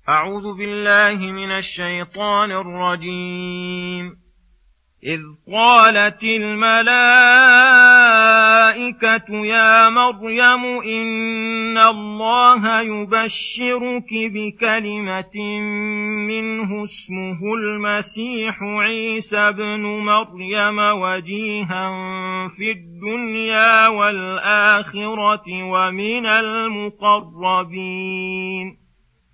أعوذ بالله من الشيطان الرجيم. إذ قالت الملائكة يا مريم إن الله يبشرك بكلمة منه اسمه المسيح عيسى بن مريم وجيها في الدنيا والآخرة ومن المقربين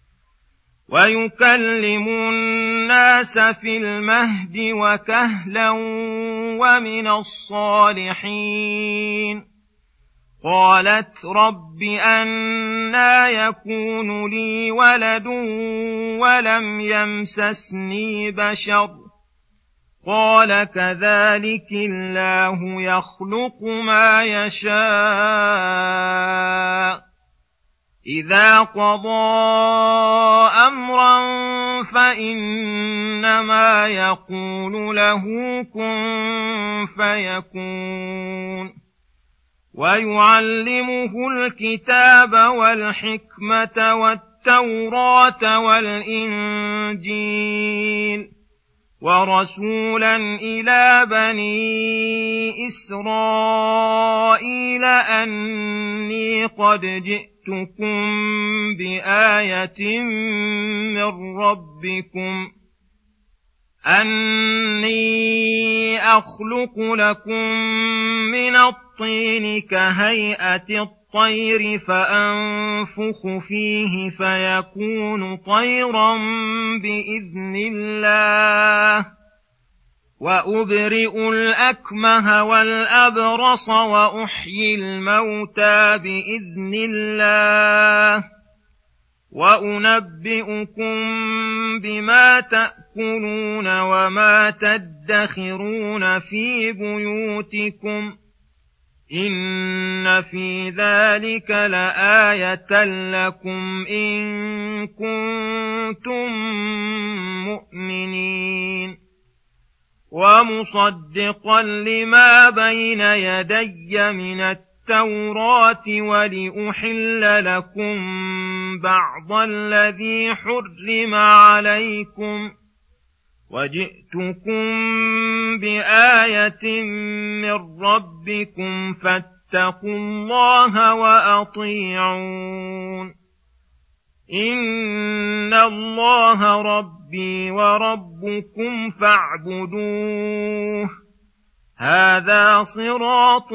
ويكلم الناس في المهد وكهلا ومن الصالحين. قالت رب أنى يكون لي ولد ولم يمسسني بشر قال كذلك الله يخلق ما يشاء إذا قضى أمرا فإنما يقول له كن فيكون. ويعلمه الكتاب والحكمة والتوراة والإنجيل ورسولا إلى بني إسرائيل أني قد جئتكم بآية من ربكم أني أخلق لكم من الطين كهيئة الطير فأنفخ فيه فيكون طيرا بإذن الله وأبرئ الأكمه والأبرص وأحيي الموتى بإذن الله وأنبئكم بما تأكلون وما تدخرون في بيوتكم إن في ذلك لآية لكم إن كنتم مؤمنين. ومصدقا لما بين يدي من التوراة ولأحل لكم بعض الذي حرم عليكم وجئتكم بآية من ربكم فاتقوا الله وأطيعون. إن الله ربي وربكم فاعبدوه هذا صراط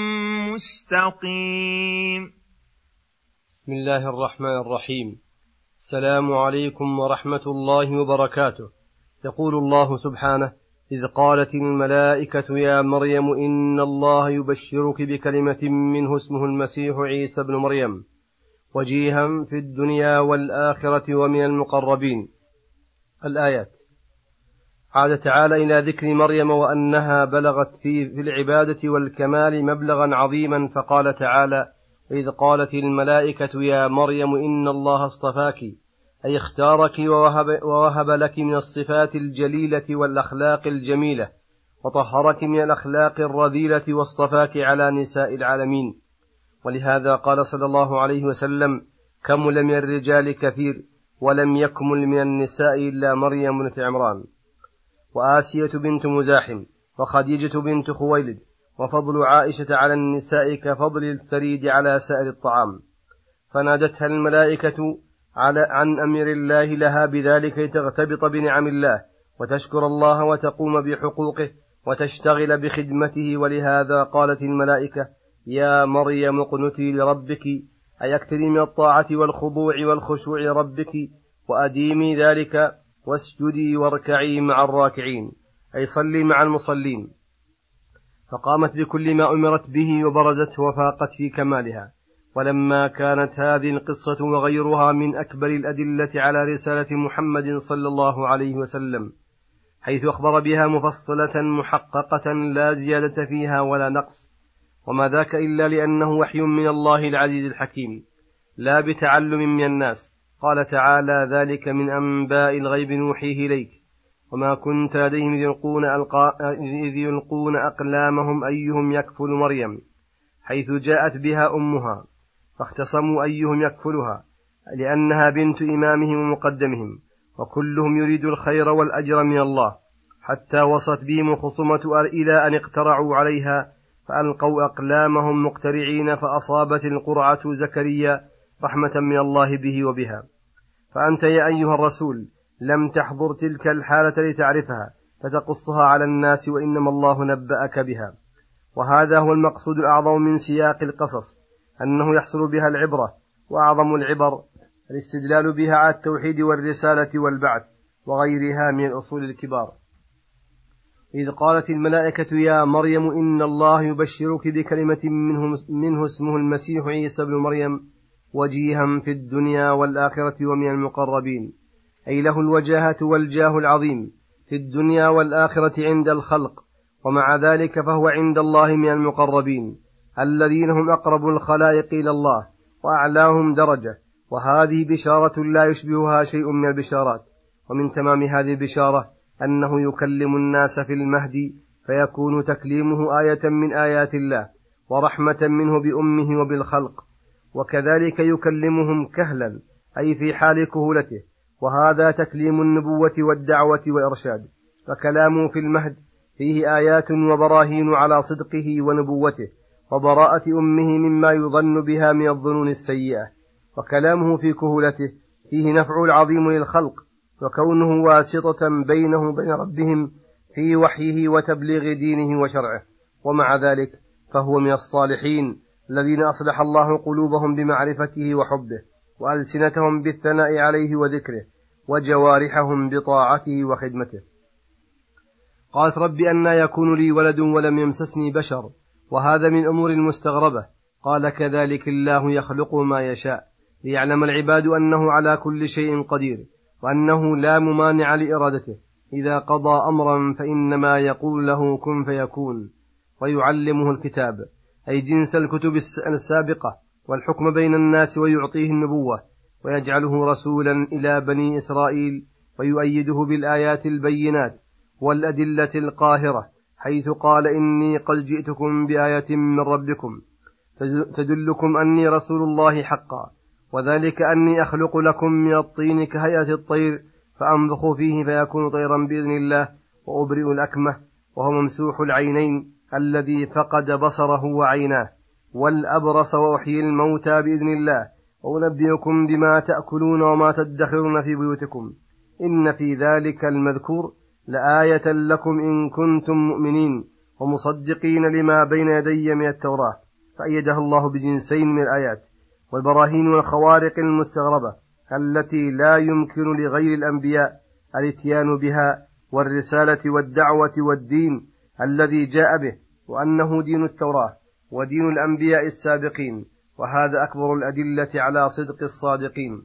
مستقيم. بسم الله الرحمن الرحيم. السلام عليكم ورحمة الله وبركاته. يقول الله سبحانه: إذ قالت الملائكة يا مريم إن الله يبشرك بكلمة منه اسمه المسيح عيسى بن مريم وجيها في الدنيا والآخرة ومن المقربين. الآيات. عاد تعالى إلى ذكر مريم وأنها بلغت في العبادة والكمال مبلغا عظيما، فقال تعالى: إذ قالت الملائكة يا مريم إن الله اصطفاك، أي اختارك ووهب لك من الصفات الجليلة والأخلاق الجميلة وطهرك من الأخلاق الرذيلة واصطفاك على نساء العالمين. ولهذا قال صلى الله عليه وسلم: كمل من الرجال كثير ولم يكمل من النساء إلا مريم بنت عمران وآسية بنت مزاحم وخديجة بنت خويلد. وفضل عائشة على النساء كفضل الثريد على سائر الطعام. فنادتها الملائكة عن أمر الله لها بذلك لتغتبط بنعم الله وتشكر الله وتقوم بحقوقه وتشتغل بخدمته. ولهذا قالت الملائكة: يا مريم اقنتي لربك، أي اكثري من الطاعة والخضوع والخشوع ربك وأديمي ذلك واسجدي واركعي مع الراكعين، أي صلي مع المصلين. فقامت بكل ما أمرت به وبرزت وفاقت في كمالها. ولما كانت هذه القصة وغيرها من أكبر الأدلة على رسالة محمد صلى الله عليه وسلم، حيث أخبر بها مفصلة محققة لا زيادة فيها ولا نقص، وما ذاك إلا لأنه وحي من الله العزيز الحكيم لا بتعلم من الناس. قال تعالى: ذلك من أنباء الغيب نوحيه إليك وما كنت لديهم إذ يلقون أقلامهم أيهم يكفل مريم، حيث جاءت بها أمها فاختصموا أيهم يكفلها، لأنها بنت إمامهم ومقدمهم، وكلهم يريد الخير والأجر من الله، حتى وصلت بهم الخصومة إلى أن اقترعوا عليها فألقوا أقلامهم مقترعين، فأصابت القرعة زكريا رحمة من الله به وبها. فأنت يا أيها الرسول لم تحضر تلك الحالة لتعرفها فتقصها على الناس، وإنما الله نبأك بها. وهذا هو المقصود الأعظم من سياق القصص، أنه يحصل بها العبرة، وأعظم العبر الاستدلال بها على التوحيد والرسالة والبعث وغيرها من الأصول الكبار. إذ قالت الملائكة يا مريم إن الله يبشرك بكلمة منه اسمه المسيح عيسى بن مريم وجيها في الدنيا والآخرة ومن المقربين، أي له الوجاهة والجاه العظيم في الدنيا والآخرة عند الخلق، ومع ذلك فهو عند الله من المقربين الذين هم أقرب الخلائق إلى الله وأعلاهم درجة. وهذه بشارة لا يشبهها شيء من البشارات. ومن تمام هذه البشارة أنه يكلم الناس في المهد، فيكون تكليمه آية من آيات الله ورحمة منه بأمه وبالخلق، وكذلك يكلمهم كهلا أي في حال كهولته، وهذا تكليم النبوة والدعوة والإرشاد. فكلامه في المهد فيه آيات وبراهين على صدقه ونبوته وبراءة أمه مما يظن بها من الظنون السيئة. وكلامه في كهولته فيه نفع العظيم للخلق، وكونه واسطة بينه وبين ربهم في وحيه وتبليغ دينه وشرعه. ومع ذلك فهو من الصالحين الذين أصلح الله قلوبهم بمعرفته وحبه، وألسنتهم بالثناء عليه وذكره، وجوارحهم بطاعته وخدمته. قالت رب أنى يكون لي ولد ولم يمسسني بشر، وهذا من أمور المستغربة. قال كذلك الله يخلق ما يشاء، ليعلم العباد أنه على كل شيء قدير، وأنه لا ممانع لإرادته، إذا قضى أمرا فإنما يقول له كن فيكون. ويعلمه الكتاب أي جنس الكتب السابقة والحكم بين الناس، ويعطيه النبوة، ويجعله رسولا إلى بني إسرائيل، ويؤيده بالآيات البينات والأدلة القاهرة، حيث قال إني قد جئتكم بآية من ربكم تدلكم أني رسول الله حقا، وذلك أني أخلق لكم من الطين كهيئة الطير فأنفخ فيه فيكون طيرا بإذن الله، وأبرئ الأكمه وهو ممسوح العينين الذي فقد بصره وعيناه، والأبرص، وأحيي الموتى بإذن الله، وأنبئكم بما تأكلون وما تدخرون في بيوتكم، إن في ذلك المذكور لآية لكم إن كنتم مؤمنين ومصدقين لما بين يدي من التوراة. فأيدها الله بجنسين من الآيات والبراهين والخوارق المستغربة التي لا يمكن لغير الأنبياء الاتيان بها، والرسالة والدعوة والدين الذي جاء به، وأنه دين التوراة ودين الأنبياء السابقين، وهذا أكبر الأدلة على صدق الصادقين.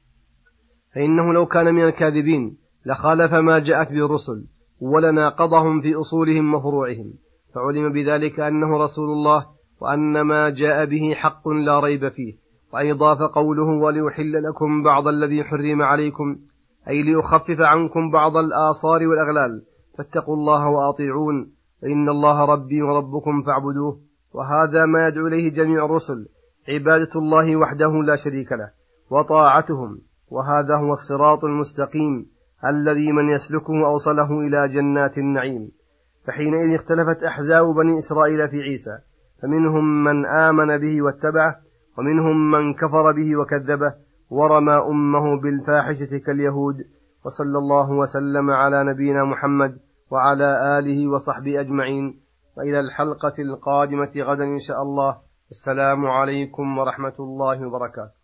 فإنه لو كان من الكاذبين لخالف ما جاءت به الرسل ولناقضهم في أصولهم وفروعهم، فعلم بذلك أنه رسول الله، وأن ما جاء به حق لا ريب فيه. وأضاف قوله وليحل لكم بعض الذي حرم عليكم، أي ليخفف عنكم بعض الآصار والأغلال، فاتقوا الله وأطيعون، فإن الله ربي وربكم فاعبدوه. وهذا ما يدعو إليه جميع الرسل، عبادة الله وحده لا شريك له وطاعتهم، وهذا هو الصراط المستقيم الذي من يسلكه أوصله إلى جنات النعيم. فحينئذ اختلفت أحزاب بني إسرائيل في عيسى، فمنهم من آمن به واتبعه، ومنهم من كفر به وكذبه ورمى أمه بالفاحشة كاليهود. وصلى الله وسلم على نبينا محمد وعلى آله وصحبه أجمعين، وإلى الحلقة القادمة غدا إن شاء الله. السلام عليكم ورحمة الله وبركاته.